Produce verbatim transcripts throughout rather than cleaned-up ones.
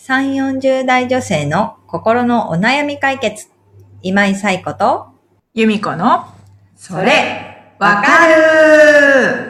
さんじゅう、よんじゅう代女性の心のお悩み解決。今井彩子と由美子のそれわかる。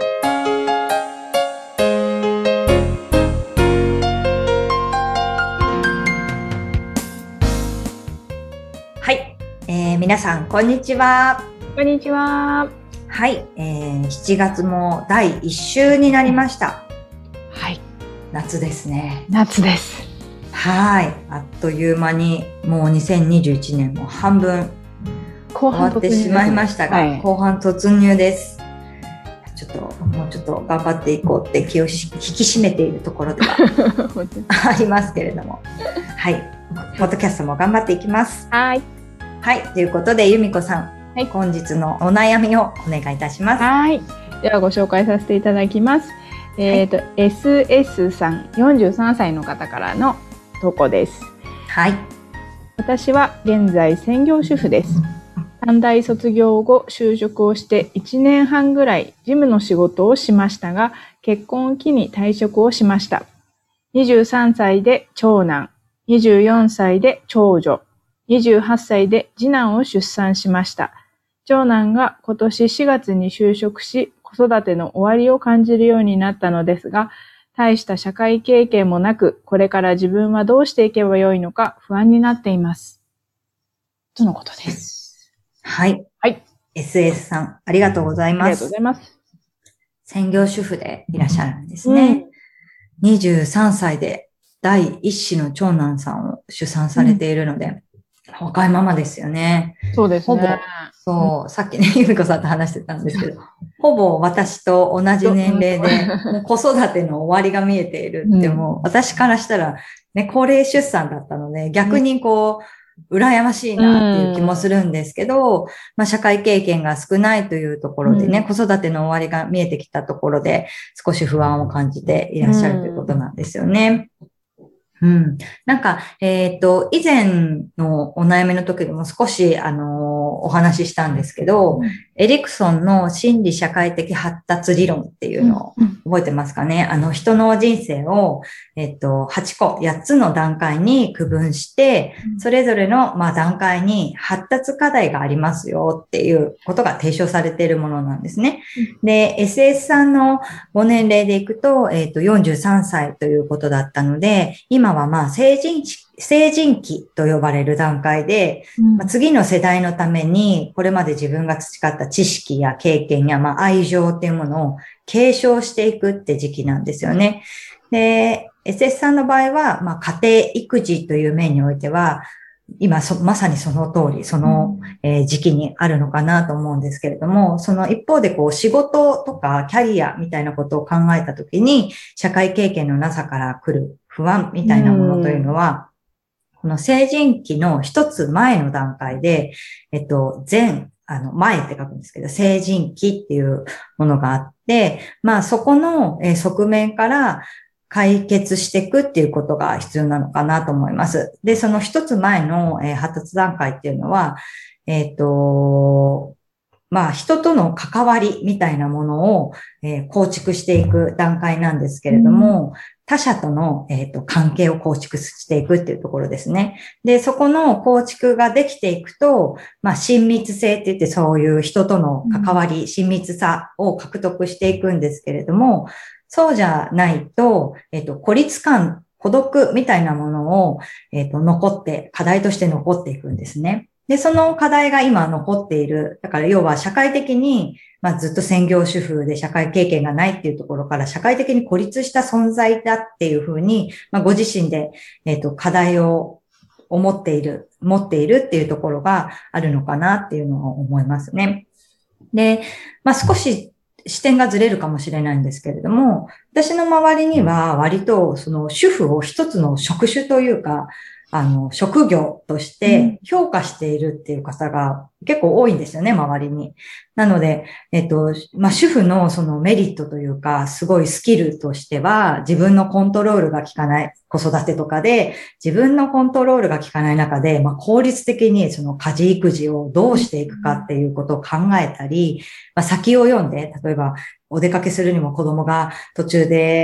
はい、えー、皆さんこんにちは。 こんにちは。 はい、えー、しちがつもだいいっ週になりました。 はい。 夏ですね。 夏です。 はい、あっという間にもうにせんにじゅういちねんも半分終わってしまいましたが、はい、後半突入です。ちょっともうちょっと頑張っていこうって気を引き締めているところではありますけれども、はい、ポッドキャストも頑張っていきます。 はい。 はい、ということで由美子さん、はい、本日のお悩みをお願いいたします。 はい。ではご紹介させていただきます。えっと、はい、エスエス さん、よんじゅうさんさいの方からの投稿です。 はい。 私は現在専業主婦です。短大卒業後就職をしていちねんはんぐらい事務の仕事をしましたが、結婚を機に退職をしました。にじゅうさんさいで長男、にじゅうよんさいで長女、にじゅうはっさいで次男を出産しました。長男が今年しがつに就職し、子育ての終わりを感じるようになったのですが、大した社会経験もなく、これから自分はどうしていけばよいのか不安になっています。とのことです。 はい。 はい。 エスエス さん、ありがとうございます。 ありがとうございます。 専業主婦でいらっしゃるんですね。うん、にじゅうさんさいでだいいっ子の長男さんを出産されているので、うん、若いママですよね。 そうですね。 ほぼ、そう、うん、さっきね、由美子さんと話してたんですけど、ほぼ私と同じ年齢で、もう子育ての終わりが見えているって、もう私からしたら、ね、高齢出産だったので、逆にこう、羨ましいなっていう気もするんですけど、うん、まあ社会経験が少ないというところでね、うん、子育ての終わりが見えてきたところで少し不安を感じていらっしゃるということなんですよね。うん。なんか、えっと、以前のお悩みの時でも少し、あの、お話ししたんですけど、うん、エリクソンの心理社会的発達理論っていうのを覚えてますかね。あの、人の人生を、えっと、はちこ、やっつの段階に区分して、それぞれの、まあ、段階に発達課題がありますよっていうことが提唱されているものなんですね。で、エスエス さんのご年齢でいくと、えっと、よんじゅうさんさいということだったので、今今はまあ成人期、成人期と呼ばれる段階で、うんまあ、次の世代のためにこれまで自分が培った知識や経験やまあ愛情っていうものを継承していくって時期なんですよね。で、エスエス さんの場合は、まあ家庭育児という面においては、今そ、まさにその通り、その、えー、時期にあるのかなと思うんですけれども、その一方でこう仕事とかキャリアみたいなことを考えたときに、社会経験のなさから来る不安みたいなものというのは、この成人期の一つ前の段階で、えっと、前、あの、前って書くんですけど、成人期っていうものがあって、まあそこの側面から解決していくっていうことが必要なのかなと思います。で、その一つ前の発達段階っていうのは、えっと、まあ人との関わりみたいなものを構築していく段階なんですけれども、うん他者との、えっと、関係を構築していくっていうところですね。で、そこの構築ができていくと、まあ、親密性って言ってそういう人との関わり、うん、親密さを獲得していくんですけれども、そうじゃないと、えっと、孤立感、孤独みたいなものを、えっと、残って、課題として残っていくんですね。で、その課題が今残っている。だから要は社会的に、まあずっと専業主婦で社会経験がないっていうところから社会的に孤立した存在だっていうふうに、まあご自身で、えっと、課題を思っている、持っているっていうところがあるのかなっていうのを思いますね。で、まあ少し視点がずれるかもしれないんですけれども、私の周りには割とその主婦を一つの職種というか、あの、職業として評価しているっていう方が結構多いんですよね、周りに。なので、えっと、まあ、主婦のそのメリットというか、すごいスキルとしては、自分のコントロールが効かない子育てとかで、自分のコントロールが効かない中で、まあ、効率的にその家事育児をどうしていくかっていうことを考えたり、まあ、先を読んで、例えばお出かけするにも子供が途中で、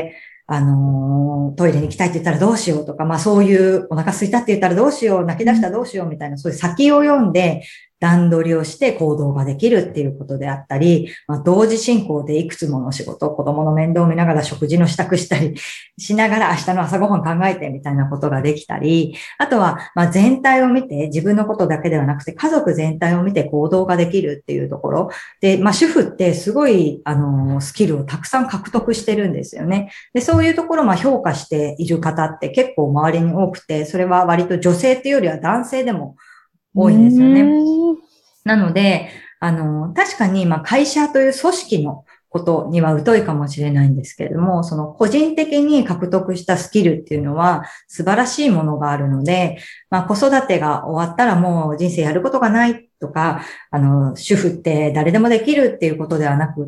あのー、トイレに行きたいって言ったらどうしようとか、まあそういうお腹空いたって言ったらどうしよう、泣き出したらどうしようみたいな、そういう先を読んで段取りをして行動ができるっていうことであったり、まあ同時進行でいくつもの仕事、子供の面倒を見ながら食事の支度したりしながら明日の朝ごはん考えてみたいなことができたり、あとはまあ全体を見て自分のことだけではなくて家族全体を見て行動ができるっていうところで、まあ主婦ってすごいあのスキルをたくさん獲得してるんですよね。で、そういうところをまあ評価している方って結構周りに多くて、それは割と女性っていうよりは男性でも多いんですよね。なので、あの、確かにまあ会社という組織のことには疎いかもしれないんですけれども、その個人的に獲得したスキルっていうのは素晴らしいものがあるので、まあ子育てが終わったらもう人生やることがないとか、あの、主婦って誰でもできるっていうことではなくって、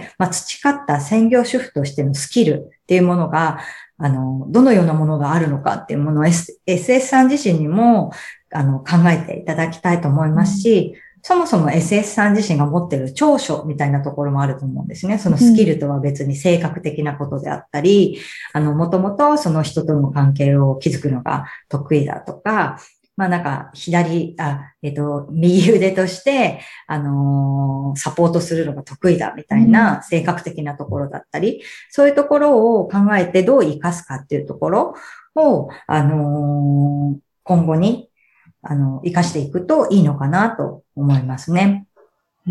まあ培った専業主婦としてのスキルっていうものが、あの、どのようなものがあるのかっていうものを エスエス さん自身にも、あの、考えていただきたいと思いますし、うん、そもそも エスエス さん自身が持っている長所みたいなところもあると思うんですね。そのスキルとは別に性格的なことであったり、うん、あの、もともとその人との関係を築くのが得意だとか、まあなんか、左、あ、えっと、右腕として、あのー、サポートするのが得意だみたいな性格的なところだったり、うん、そういうところを考えてどう活かすかっていうところを、あのー、今後に、あの、活かしていくといいのかなと思いますね。 うん、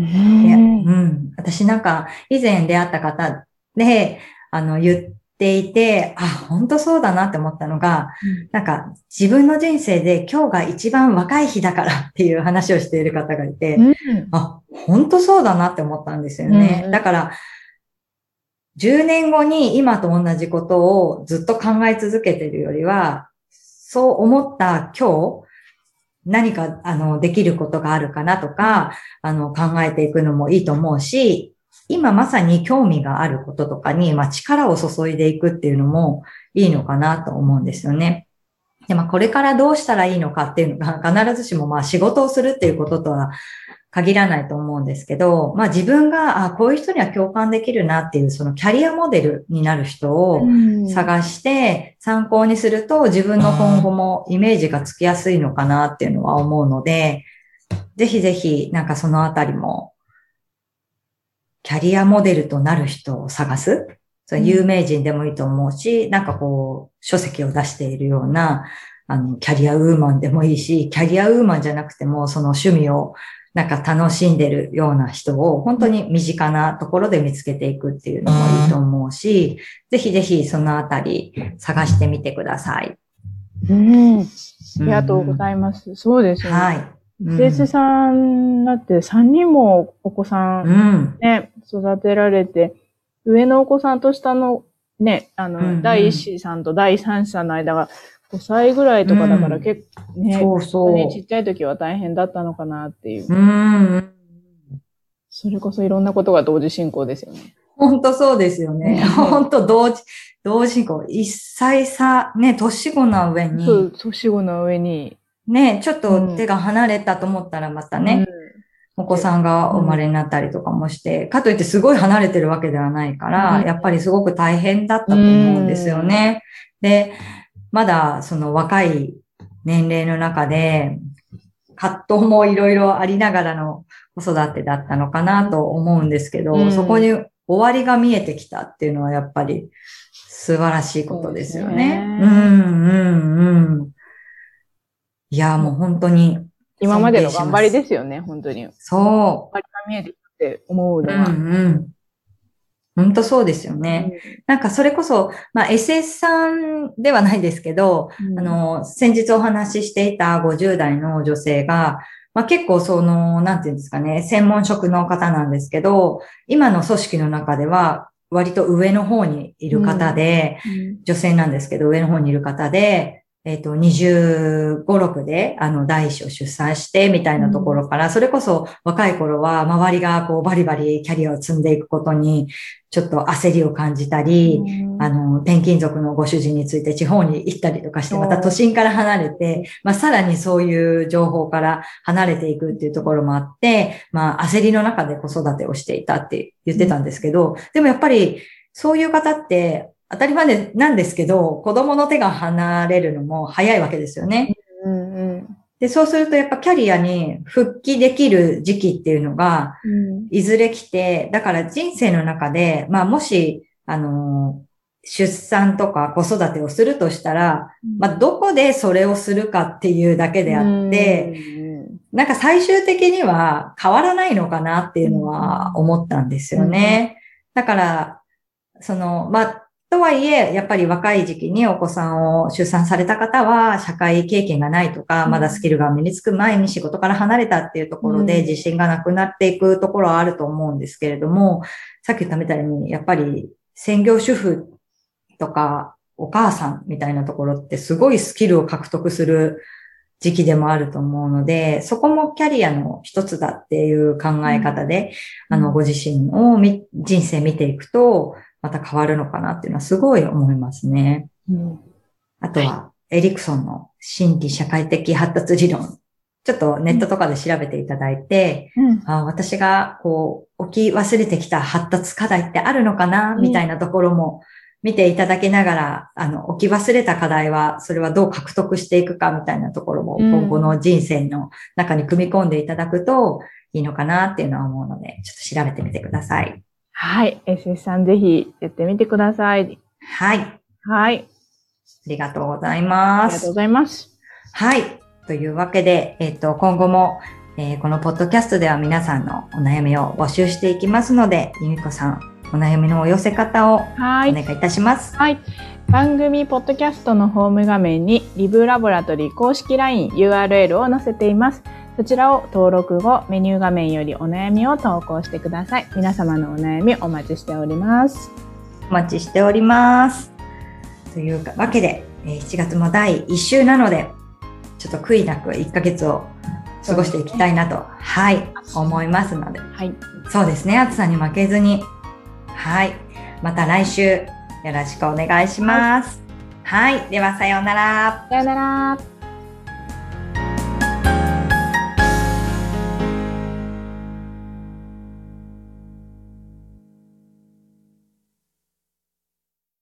うん。私なんか、以前出会った方で、あの、言っていて、あ、本当そうだなって思ったのが、うん、なんか、自分の人生で今日が一番若い日だからっていう話をしている方がいて、うん、あ、本当そうだなって思ったんですよね。うん、だから、じゅうねんごに今と同じことをずっと考え続けているよりは、そう思った今日、何か、あの、できることがあるかなとか、あの、考えていくのもいいと思うし、今まさに興味があることとかに、まあ、力を注いでいくっていうのもいいのかなと思うんですよね。で、まあ、これからどうしたらいいのかっていうのが、必ずしも、まあ、仕事をするっていうこととは限らないと思うんですけど、まあ、自分が、あ、こういう人には共感できるなっていう、そのキャリアモデルになる人を探して参考にすると、自分の今後もイメージがつきやすいのかなっていうのは思うので、ぜひぜひ、なんかそのあたりも、キャリアモデルとなる人を探す。それ有名人でもいいと思うし、なんかこう、書籍を出しているような、あの、キャリアウーマンでもいいし、キャリアウーマンじゃなくても、その趣味をなんか楽しんでるような人を本当に身近なところで見つけていくっていうのもいいと思うし、ぜひぜひそのあたり探してみてください。 うん。ありがとうございます。うん、そうですね。 はい。 せいせさんだってさんにんもお子さんね、うん、育てられて、上のお子さんと下のね、あの、うんうん、だいいっ子さんとだいさん子さんの間がごさいぐらいとかだから結構ね、 そうそう。 ちっちゃい時は大変だったのかなっていう。うん。それこそいろんなことが同時進行ですよね。 本当そうですよね。本当同時、同時進行。一歳差、ね、年子の上に。 そう、年子の上に。 ね、ちょっと手が離れたと思ったらまたね、うん、お子さんがお生まれになったりとかもして、うん、かといってすごい離れてるわけではないから、うん、やっぱりすごく大変だったと思うんですよね。うん、で、まだその若い年齢の中で、葛藤もいろいろありながらの子育てだったのかなと思うんですけど、うん、そこに終わりが見えてきたっていうのはやっぱり素晴らしいことですよね。うん、うん、うん。いや、もう本当に。 今までの頑張りですよね、本当に。 そう。頑張りが見えてきて思うのは。 うんうん。本当そうですよね。うん、なんかそれこそ、まあ エスエス さんではないですけど、うん、あの、先日お話ししていたごじゅう代の女性が、まあ結構その、なんていうんですかね、専門職の方なんですけど、今の組織の中では割と上の方にいる方で、うん、女性なんですけど、上の方にいる方で、えっと、にじゅうご、ろくで、あの、第一子を出産して、みたいなところから、うん、それこそ若い頃は、周りがこう、バリバリキャリアを積んでいくことに、ちょっと焦りを感じたり、うん、あの、転勤族のご主人について地方に行ったりとかして、また都心から離れて、まあ、さらにそういう情報から離れていくっていうところもあって、まあ、焦りの中で子育てをしていたって言ってたんですけど、でもやっぱり、そういう方って、 当たり前なんですけど、子供の手が離れるのも早いわけですよね。 うんうん、 で、そうするとやっぱキャリアに復帰できる時期っていうのが、いずれ来て、だから人生の中で、まあもし、あの、出産とか子育てをするとしたら、まあどこでそれをするかっていうだけであって、なんか最終的には変わらないのかなっていうのは思ったんですよね。だから、その、まあ、とはいえ、やっぱり若い時期にお子さんを出産された方は、社会経験がないとか、まだスキルが身につく前に仕事から離れたっていうところで自信がなくなっていくところはあると思うんですけれども、さっき言ったみたいに、やっぱり専業主婦とかお母さんみたいなところってすごいスキルを獲得する時期でもあると思うので、そこもキャリアの一つだっていう考え方で、あの、ご自身を人生見ていくと、また変わるのかなっていうのはすごい思いますね。うん、あとは、エリクソンの心理社会的発達理論。ちょっとネットとかで調べていただいて、うん、あ私がこう、置き忘れてきた発達課題ってあるのかな、みたいなところも見ていただきながら、あの、置き忘れた課題は、それはどう獲得していくかみたいなところも、今後の人生の中に組み込んでいただくといいのかなっていうのは思うので、ちょっと調べてみてください。 はい。エスエス さんぜひやってみてください。 はい。 はい。 ありがとうございます。 ありがとうございます。 はい。というわけで、えっと、今後も、えー、このポッドキャストでは皆さんのお悩みを募集していきますので、ゆみこさん、お悩みのお寄せ方をお願いいたします。 はい。はい、番組ポッドキャストのホーム画面にリブラボラトリー公式 ライン ユーアールエル を載せています。そちらを登録後、メニュー画面よりお悩みを投稿してください。皆様のお悩みお待ちしております。 お待ちしております。というわけで、しちがつもだいいっ週なので、ちょっと悔いなくいっかげつを過ごしていきたいなと、はい、思いますので。はい。そうですね、暑さに負けずに。はい。また来週よろしくお願いします。はい。はい、ではさようなら。 さようなら。